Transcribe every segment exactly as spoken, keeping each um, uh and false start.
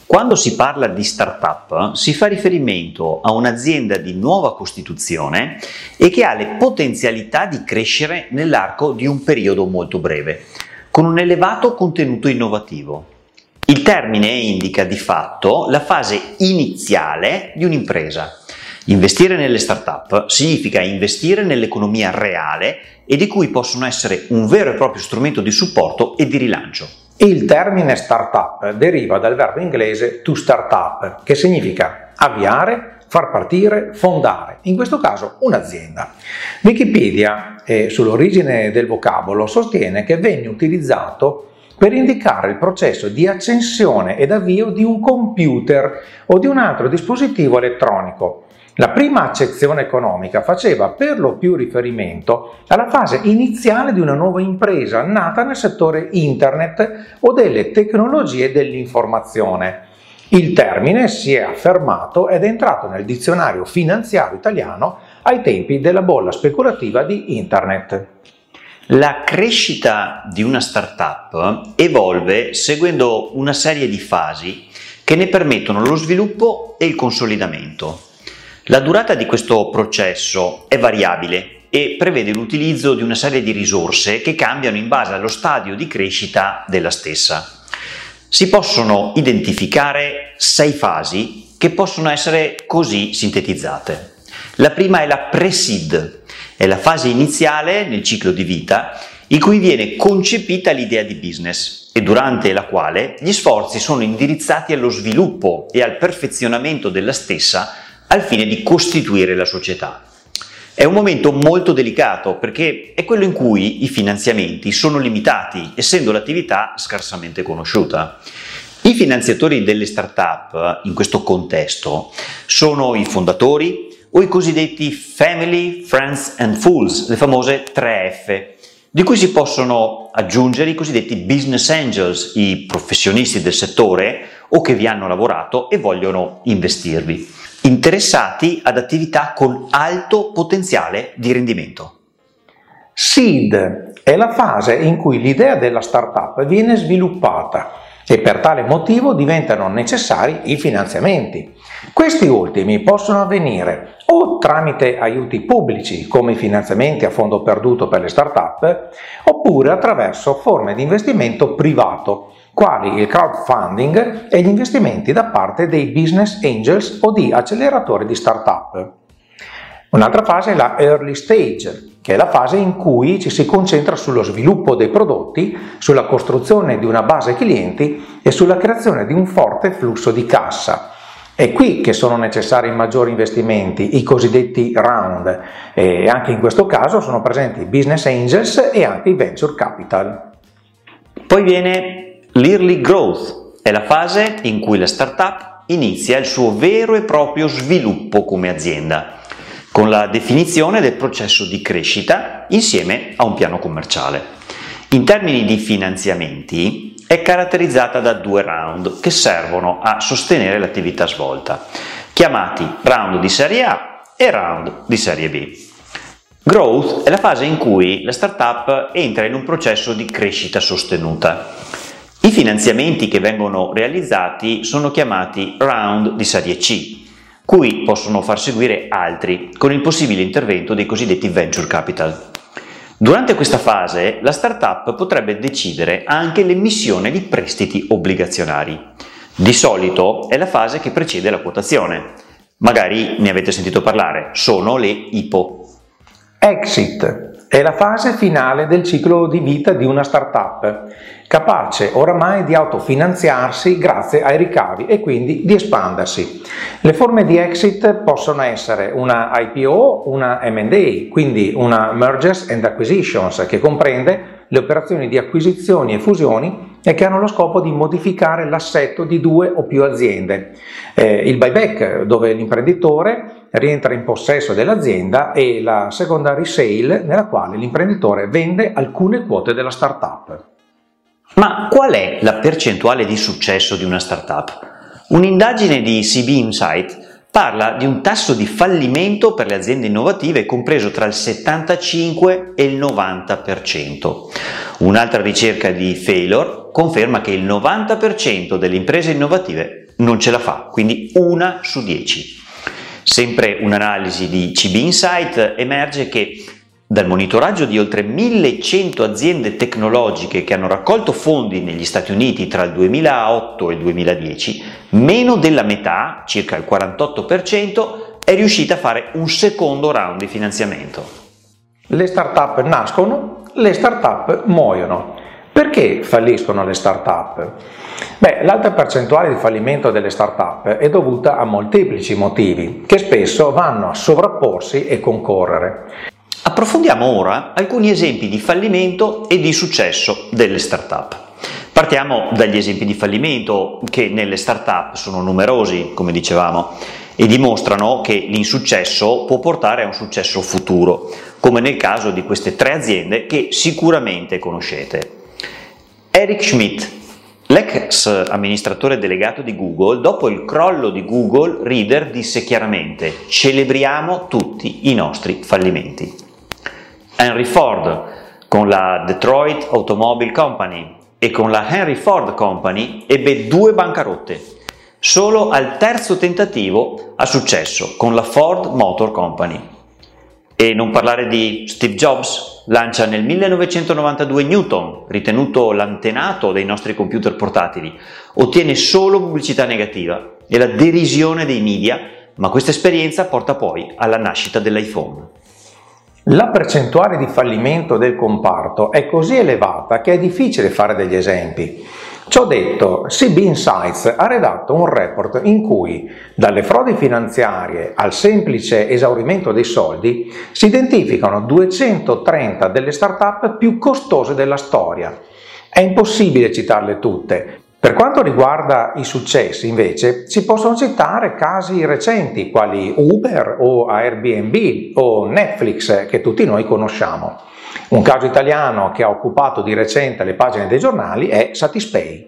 Quando si parla di startup si fa riferimento a un'azienda di nuova costituzione e che ha le potenzialità di crescere nell'arco di un periodo molto breve, con un elevato contenuto innovativo. Il termine indica di fatto la fase iniziale di un'impresa. Investire nelle startup significa investire nell'economia reale e di cui possono essere un vero e proprio strumento di supporto e di rilancio. Il termine startup deriva dal verbo inglese to start up, che significa avviare, far partire, fondare, in questo caso un'azienda. Wikipedia, eh, sull'origine del vocabolo, sostiene che venne utilizzato per indicare il processo di accensione ed avvio di un computer o di un altro dispositivo elettronico. La prima accezione economica faceva per lo più riferimento alla fase iniziale di una nuova impresa nata nel settore internet o delle tecnologie dell'informazione. Il termine si è affermato ed è entrato nel dizionario finanziario italiano ai tempi della bolla speculativa di internet. La crescita di una startup evolve seguendo una serie di fasi che ne permettono lo sviluppo e il consolidamento. La durata di questo processo è variabile e prevede l'utilizzo di una serie di risorse che cambiano in base allo stadio di crescita della stessa. Si possono identificare sei fasi che possono essere così sintetizzate. La prima è la pre-seed, è la fase iniziale nel ciclo di vita in cui viene concepita l'idea di business e durante la quale gli sforzi sono indirizzati allo sviluppo e al perfezionamento della stessa al fine di costituire la società. È un momento molto delicato perché è quello in cui i finanziamenti sono limitati, essendo l'attività scarsamente conosciuta. I finanziatori delle start-up in questo contesto sono i fondatori o i cosiddetti Family, Friends and Fools, le famose tre F, di cui si possono aggiungere i cosiddetti Business Angels, i professionisti del settore o che vi hanno lavorato e vogliono investirvi, interessati ad attività con alto potenziale di rendimento. Seed è la fase in cui l'idea della startup viene sviluppata e per tale motivo diventano necessari i finanziamenti. Questi ultimi possono avvenire o tramite aiuti pubblici come i finanziamenti a fondo perduto per le startup oppure attraverso forme di investimento privato quali il crowdfunding e gli investimenti da parte dei business angels o di acceleratori di startup. Un'altra fase è la early stage, che è la fase in cui ci si concentra sullo sviluppo dei prodotti, sulla costruzione di una base clienti e sulla creazione di un forte flusso di cassa. È qui che sono necessari maggiori investimenti, i cosiddetti round, e anche in questo caso sono presenti i business angels e anche i venture capital. Poi viene l'early growth, è la fase in cui la startup inizia il suo vero e proprio sviluppo come azienda, con la definizione del processo di crescita insieme a un piano commerciale. In termini di finanziamenti è caratterizzata da due round che servono a sostenere l'attività svolta, chiamati round di serie A e round di serie B. Growth è la fase in cui la startup entra in un processo di crescita sostenuta. I finanziamenti che vengono realizzati sono chiamati round di serie C, cui possono far seguire altri con il possibile intervento dei cosiddetti venture capital. Durante questa fase la startup potrebbe decidere anche l'emissione di prestiti obbligazionari. Di solito è la fase che precede la quotazione. Magari ne avete sentito parlare, sono le I P O. Exit è la fase finale del ciclo di vita di una startup, capace oramai di autofinanziarsi grazie ai ricavi e quindi di espandersi. Le forme di exit possono essere una I P O, una M and A, quindi una Mergers and Acquisitions, che comprende le operazioni di acquisizioni e fusioni e che hanno lo scopo di modificare l'assetto di due o più aziende. Eh, il buyback, dove l'imprenditore rientra in possesso dell'azienda, e la secondary sale, nella quale l'imprenditore vende alcune quote della startup. Ma qual è la percentuale di successo di una startup? Un'indagine di C B Insight parla di un tasso di fallimento per le aziende innovative compreso tra il settantacinque e il novanta per cento. Un'altra ricerca di Failor conferma che il novanta per cento delle imprese innovative non ce la fa, quindi una su dieci. Sempre un'analisi di C B Insight emerge che dal monitoraggio di oltre millecento aziende tecnologiche che hanno raccolto fondi negli Stati Uniti tra il duemilaotto e il duemiladieci, meno della metà, circa il quarantotto per cento, è riuscita a fare un secondo round di finanziamento. Le start-up nascono, le start-up muoiono. Perché falliscono le start-up? Beh, l'alta percentuale di fallimento delle start-up è dovuta a molteplici motivi che spesso vanno a sovrapporsi e concorrere. Approfondiamo ora alcuni esempi di fallimento e di successo delle start-up. Partiamo dagli esempi di fallimento che nelle start-up sono numerosi, come dicevamo, e dimostrano che l'insuccesso può portare a un successo futuro, come nel caso di queste tre aziende che sicuramente conoscete. Eric Schmidt, l'ex amministratore delegato di Google, dopo il crollo di Google, Reader disse chiaramente: celebriamo tutti i nostri fallimenti. Henry Ford, con la Detroit Automobile Company e con la Henry Ford Company, ebbe due bancarotte. Solo al terzo tentativo ha successo con la Ford Motor Company. E non parlare di Steve Jobs, lancia nel millenovecentonovantadue Newton, ritenuto l'antenato dei nostri computer portatili, ottiene solo pubblicità negativa e la derisione dei media, ma questa esperienza porta poi alla nascita dell'iPhone. La percentuale di fallimento del comparto è così elevata che è difficile fare degli esempi. Ciò detto, C B Insights ha redatto un report in cui, dalle frodi finanziarie al semplice esaurimento dei soldi, si identificano duecentotrenta delle start-up più costose della storia. È impossibile citarle tutte. Per quanto riguarda i successi, invece, si possono citare casi recenti quali Uber o Airbnb o Netflix, che tutti noi conosciamo. Un caso italiano che ha occupato di recente le pagine dei giornali è Satispay.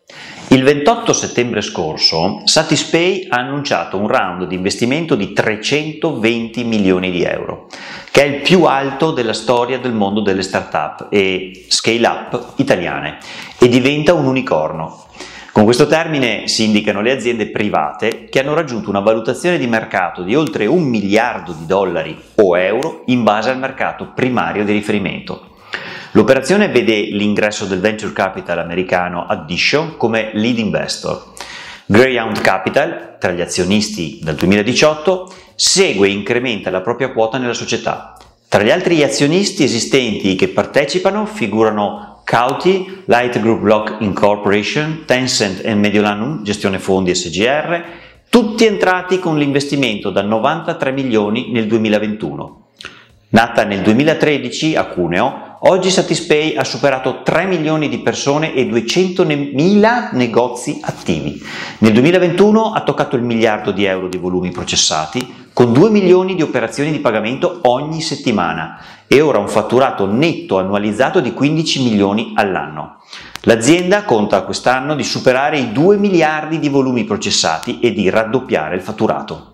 Il ventotto settembre scorso Satispay ha annunciato un round di investimento di trecentoventi milioni di euro, che è il più alto della storia del mondo delle start-up e scale-up italiane, e diventa un unicorno. Con questo termine si indicano le aziende private che hanno raggiunto una valutazione di mercato di oltre un miliardo di dollari o euro in base al mercato primario di riferimento. L'operazione vede l'ingresso del venture capital americano Addition come lead investor. Greyhound Capital, tra gli azionisti dal duemiladiciotto, segue e incrementa la propria quota nella società. Tra gli altri azionisti esistenti che partecipano figurano Cauti, Light Group Block Incorporation, Tencent e Mediolanum, gestione fondi S G R, tutti entrati con l'investimento da novantatré milioni nel duemilaventuno. Nata nel duemilatredici a Cuneo, oggi Satispay ha superato tre milioni di persone e duecentomila negozi attivi. Nel duemilaventuno ha toccato il miliardo di euro di volumi processati, con due milioni di operazioni di pagamento ogni settimana e ora un fatturato netto annualizzato di quindici milioni all'anno. L'azienda conta quest'anno di superare i due miliardi di volumi processati e di raddoppiare il fatturato.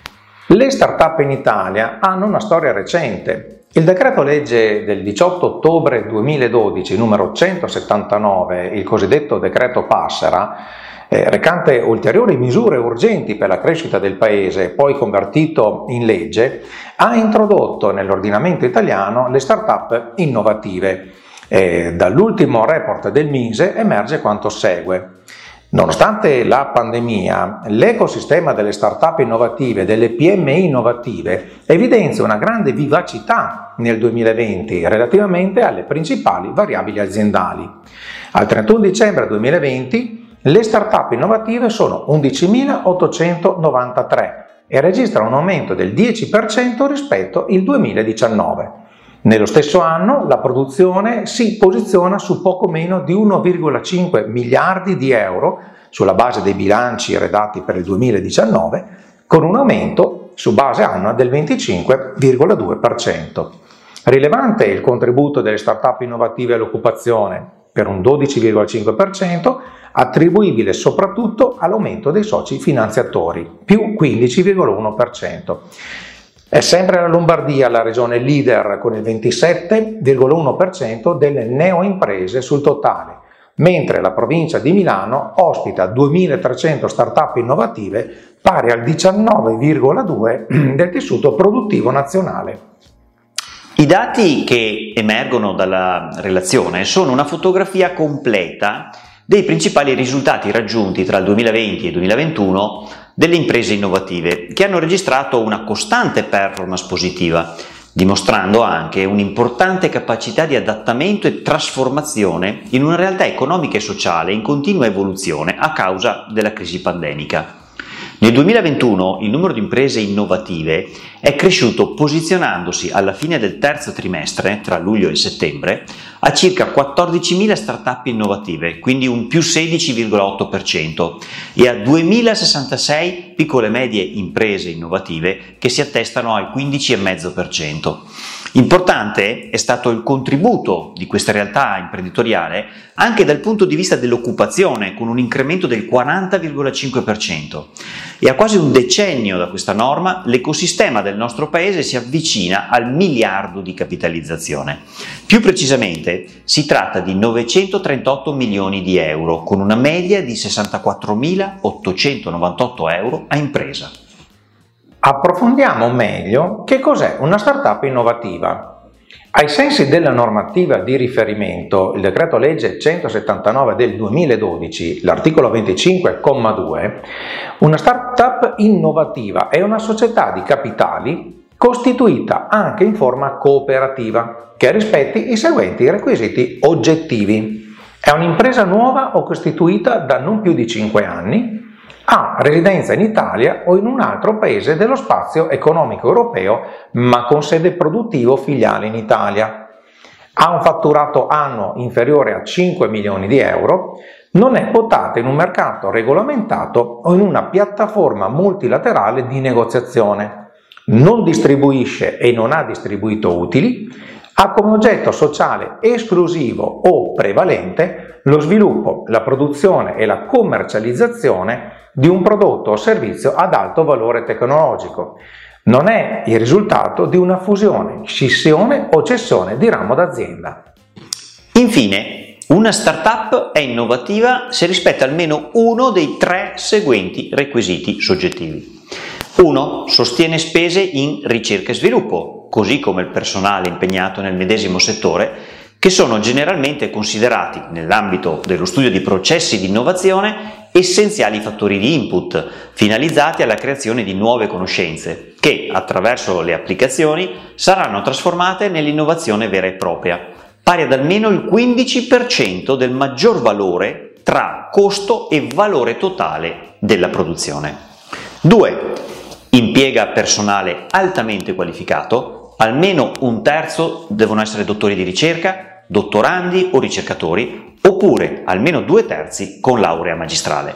Le start-up in Italia hanno una storia recente. Il decreto legge del diciotto ottobre duemiladodici numero centosettantanove, il cosiddetto decreto Passera, eh, recante ulteriori misure urgenti per la crescita del paese, poi convertito in legge, ha introdotto nell'ordinamento italiano le start-up innovative. Eh, dall'ultimo report del Mise emerge quanto segue. Nonostante la pandemia, l'ecosistema delle start-up innovative, delle P M I innovative, evidenzia una grande vivacità nel duemilaventi relativamente alle principali variabili aziendali. Al trentuno dicembre duemilaventi le start-up innovative sono undicimilaottocentonovantatré e registrano un aumento del dieci per cento rispetto al duemiladiciannove. Nello stesso anno la produzione si posiziona su poco meno di uno virgola cinque miliardi di euro sulla base dei bilanci redatti per il duemiladiciannove, con un aumento su base annua del venticinque virgola due per cento. Rilevante il contributo delle start-up innovative all'occupazione, per un dodici virgola cinque per cento, attribuibile soprattutto all'aumento dei soci finanziatori, più quindici virgola uno per cento. È sempre la Lombardia la regione leader con il ventisette virgola uno per cento delle neoimprese sul totale, mentre la provincia di Milano ospita duemilatrecento start-up innovative, pari al diciannove virgola due per cento del tessuto produttivo nazionale. I dati che emergono dalla relazione sono una fotografia completa dei principali risultati raggiunti tra il duemilaventi e il duemilaventuno delle imprese innovative, che hanno registrato una costante performance positiva, dimostrando anche un'importante capacità di adattamento e trasformazione in una realtà economica e sociale in continua evoluzione a causa della crisi pandemica. Nel duemilaventuno il numero di imprese innovative è cresciuto posizionandosi alla fine del terzo trimestre, tra luglio e settembre, a circa quattordicimila start-up innovative, quindi un più sedici virgola otto per cento, e a duemilasessantasei piccole e medie imprese innovative che si attestano al quindici virgola cinque per cento. Importante è stato il contributo di questa realtà imprenditoriale anche dal punto di vista dell'occupazione, con un incremento del quaranta virgola cinque per cento. E a quasi un decennio da questa norma, l'ecosistema del nostro paese si avvicina al miliardo di capitalizzazione. Più precisamente, si tratta di novecentotrentotto milioni di euro, con una media di sessantaquattromilaottocentonovantotto euro a impresa. Approfondiamo meglio che cos'è una startup innovativa. Ai sensi della normativa di riferimento, il decreto legge centosettantanove del duemiladodici, l'articolo venticinque, comma due, una startup innovativa è una società di capitali costituita anche in forma cooperativa che rispetti i seguenti requisiti oggettivi. È un'impresa nuova o costituita da non più di cinque anni, ha residenza in Italia o in un altro paese dello spazio economico europeo, ma con sede produttiva o filiale in Italia, ha un fatturato annuo inferiore a cinque milioni di euro, non è quotata in un mercato regolamentato o in una piattaforma multilaterale di negoziazione, non distribuisce e non ha distribuito utili, ha come oggetto sociale esclusivo o prevalente lo sviluppo, la produzione e la commercializzazione di un prodotto o servizio ad alto valore tecnologico. Non è il risultato di una fusione, scissione o cessione di ramo d'azienda. Infine, una startup è innovativa se rispetta almeno uno dei tre seguenti requisiti soggettivi. uno. Sostiene spese in ricerca e sviluppo, così come il personale impegnato nel medesimo settore, che sono generalmente considerati, nell'ambito dello studio di processi di innovazione, essenziali fattori di input, finalizzati alla creazione di nuove conoscenze, che, attraverso le applicazioni, saranno trasformate nell'innovazione vera e propria, pari ad almeno il quindici per cento del maggior valore tra costo e valore totale della produzione. due. Impiega personale altamente qualificato, almeno un terzo devono essere dottori di ricerca, dottorandi o ricercatori, oppure almeno due terzi con laurea magistrale.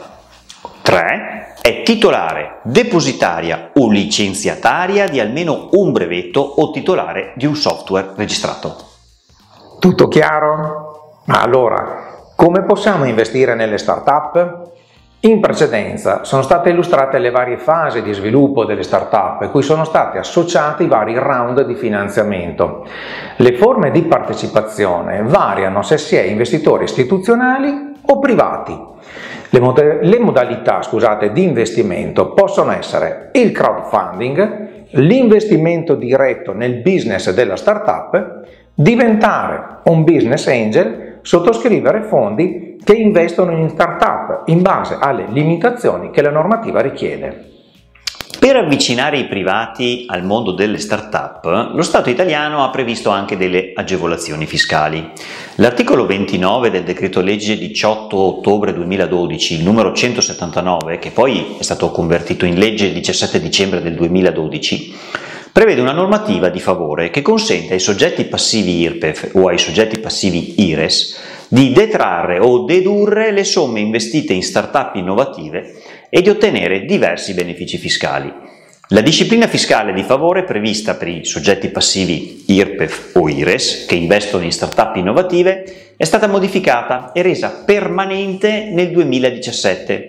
tre. È titolare, depositaria o licenziataria di almeno un brevetto o titolare di un software registrato. Tutto chiaro? Allora, come possiamo investire nelle start-up? In precedenza sono state illustrate le varie fasi di sviluppo delle start-up a cui sono stati associati vari round di finanziamento. Le forme di partecipazione variano se si è investitori istituzionali o privati. Le, mod- le modalità scusate, di investimento possono essere il crowdfunding, l'investimento diretto nel business della start-up, diventare un business angel, sottoscrivere fondi che investono in start-up in base alle limitazioni che la normativa richiede. Per avvicinare i privati al mondo delle start-up, lo Stato italiano ha previsto anche delle agevolazioni fiscali. L'articolo ventinove del decreto legge diciotto ottobre duemiladodici, il numero centosettantanove, che poi è stato convertito in legge il diciassette dicembre del duemiladodici, prevede una normativa di favore che consente ai soggetti passivi I R P E F o ai soggetti passivi I R E S di detrarre o dedurre le somme investite in start-up innovative e di ottenere diversi benefici fiscali. La disciplina fiscale di favore prevista per i soggetti passivi I R P E F o I R E S che investono in start-up innovative è stata modificata e resa permanente nel duemiladiciassette,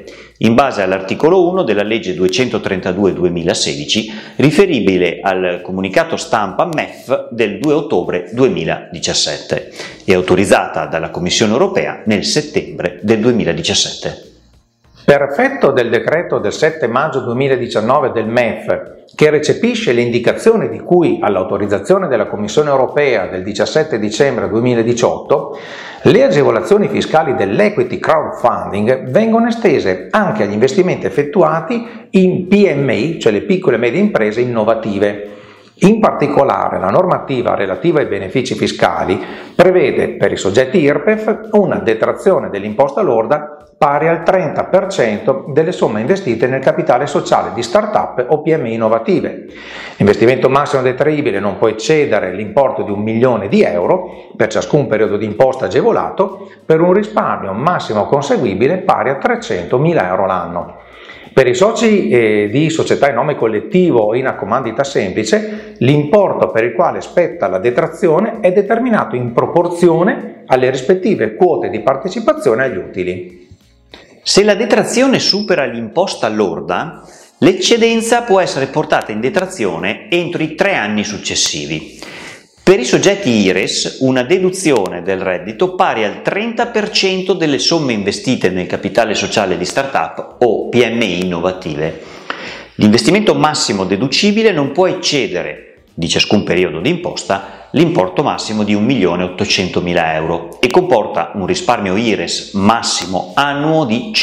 in base all'articolo uno della legge duecentotrentadue duemilasedici, riferibile al comunicato stampa M E F del due ottobre duemiladiciassette e autorizzata dalla Commissione europea nel settembre del duemiladiciassette. Per effetto del decreto del sette maggio duemiladiciannove del M E F, che recepisce le indicazioni di cui all'autorizzazione della Commissione europea del diciassette dicembre duemiladiciotto, le agevolazioni fiscali dell'equity crowdfunding vengono estese anche agli investimenti effettuati in P M I, cioè le piccole e medie imprese innovative. In particolare, la normativa relativa ai benefici fiscali prevede per i soggetti I R P E F una detrazione dell'imposta lorda pari al trenta per cento delle somme investite nel capitale sociale di start-up o P M I innovative. L'investimento massimo detraibile non può eccedere l'importo di un milione di euro per ciascun periodo di imposta agevolato, per un risparmio massimo conseguibile pari a trecentomila euro l'anno. Per i soci eh, di società in nome collettivo o in accomandita semplice, l'importo per il quale spetta la detrazione è determinato in proporzione alle rispettive quote di partecipazione agli utili. Se la detrazione supera l'imposta lorda, l'eccedenza può essere portata in detrazione entro i tre anni successivi. Per i soggetti I R E S, una deduzione del reddito pari al trenta per cento delle somme investite nel capitale sociale di start-up o P M I innovative. L'investimento massimo deducibile non può eccedere, di ciascun periodo di imposta, l'importo massimo di un milione ottocentomila euro e comporta un risparmio I R E S massimo annuo di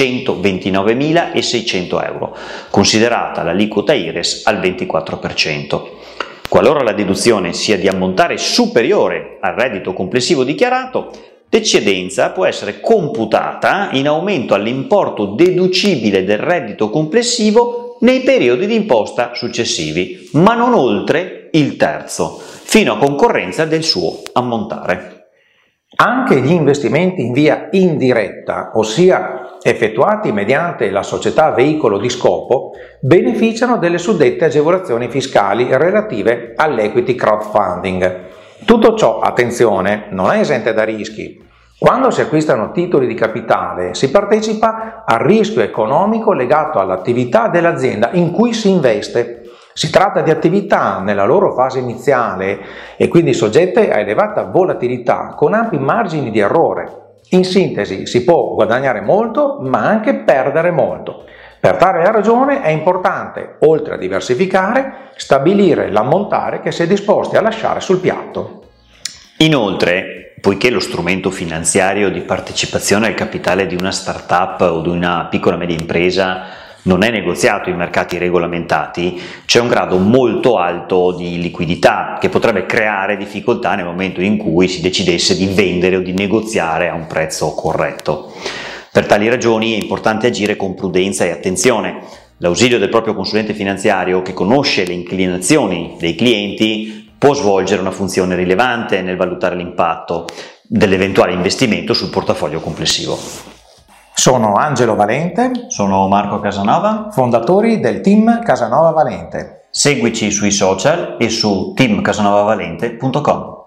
centoventinovemilaseicento euro, considerata l'aliquota I R E S al ventiquattro per cento. Qualora la deduzione sia di ammontare superiore al reddito complessivo dichiarato, l'eccedenza può essere computata in aumento all'importo deducibile del reddito complessivo nei periodi di imposta successivi, ma non oltre il terzo, fino a concorrenza del suo ammontare. Anche gli investimenti in via indiretta, ossia effettuati mediante la società veicolo di scopo, beneficiano delle suddette agevolazioni fiscali relative all'equity crowdfunding. Tutto ciò, attenzione, non è esente da rischi. Quando si acquistano titoli di capitale si partecipa al rischio economico legato all'attività dell'azienda in cui si investe. Si tratta di attività nella loro fase iniziale e quindi soggette a elevata volatilità con ampi margini di errore. In sintesi, si può guadagnare molto ma anche perdere molto. Per tale ragione è importante, oltre a diversificare, stabilire l'ammontare che si è disposti a lasciare sul piatto. Inoltre, poiché lo strumento finanziario di partecipazione al capitale di una startup o di una piccola media impresa non è negoziato in mercati regolamentati, c'è un grado molto alto di liquidità che potrebbe creare difficoltà nel momento in cui si decidesse di vendere o di negoziare a un prezzo corretto. Per tali ragioni è importante agire con prudenza e attenzione. L'ausilio del proprio consulente finanziario, che conosce le inclinazioni dei clienti, può svolgere una funzione rilevante nel valutare l'impatto dell'eventuale investimento sul portafoglio complessivo. Sono Angelo Valente. Sono Marco Casanova, fondatori del team Casanova Valente. Seguici sui social e su team casanova valente punto com.